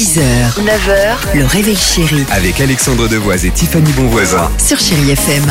6h, 9h, le réveil chéri Avec Alexandre Devoise et Tiffany Bonvoisin. sur Chéri FM.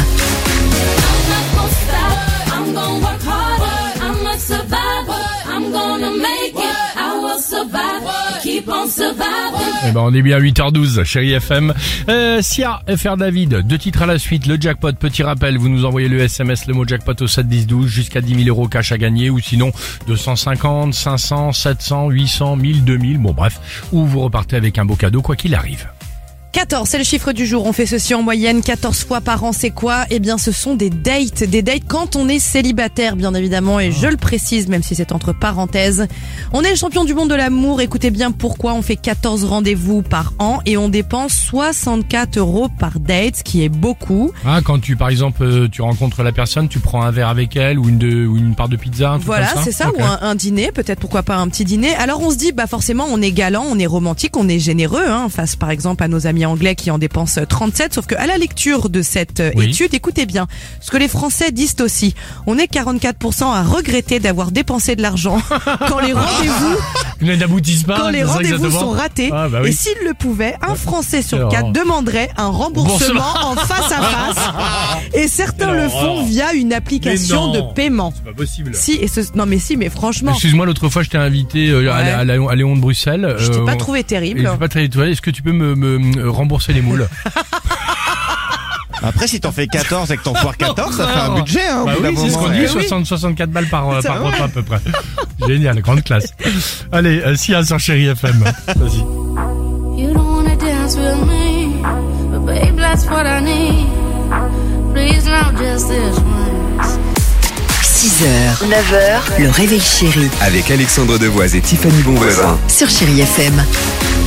I'm gonna work harder. I'm a survivor. I'm gonna make it. I will survive. Keep on surviving. Eh ben on est bien à 8h12, Chéri FM. Sia, FR David, 2 titres à la suite, le jackpot, petit rappel, vous nous envoyez le SMS, le mot jackpot au 7 10 12, jusqu'à 10 000 euros cash à gagner, ou sinon 250, 500, 700, 800, 1000, 2000, bon bref, ou vous repartez avec un beau cadeau quoi qu'il arrive. 14, c'est le chiffre du jour. On fait ceci en moyenne 14 fois par an. C'est quoi? Eh bien, ce sont des dates. Des dates quand on est célibataire, bien évidemment. Et je le précise, même si c'est entre parenthèses. On est le champion du monde de l'amour. Écoutez bien pourquoi. On fait 14 rendez-vous par an et on dépense 64 € par date, ce qui est beaucoup. Ah, quand tu, par exemple, tu rencontres la personne, tu prends un verre avec elle, ou une part de pizza, un truc Voilà, comme ça. c'est ça. Ok. Ou un dîner. Peut-être pourquoi pas un petit dîner. Alors, on se dit, forcément, on est galant, on est romantique, on est généreux, face, par exemple, à nos amis anglais qui en dépensent 37, sauf que à la lecture de cette Oui. étude, écoutez bien, ce que les Français disent aussi, on est 44% à regretter d'avoir dépensé de l'argent quand les rendez-vous, Ils n'aboutissent pas. quand les c'est ça, rendez-vous exactement. sont ratés. Ah, bah oui. Et s'il le pouvait, un Français sur Quelle 4 horreur. demanderait un remboursement en face à face. Et certains Quelle le font horreur. via une Mais application non, de paiement. c'est pas possible. Si, mais franchement, Excuse-moi, l'autre fois, je t'ai invité à Léon de Bruxelles. je t'ai pas on- trouvé Et terrible. je pas très étoilé. Est-ce que tu peux me rembourser les moules? Après, si t'en fais 14 et que t'en foires 14, ça fait un budget, au Bah bout oui, d'un c'est ce moment. qu'on dit, Eh oui. 64 balles par C'est repas vrai. à peu près. Génial, grande classe. Allez, Sia sur Chéri FM. Vas-y. You don't wanna dance with me, but babe, that's what I need. Please, not just this once. 6h, 9h, le réveil chéri Avec Alexandre Devoise et Tiffany Bonvoisin. sur Chéri FM.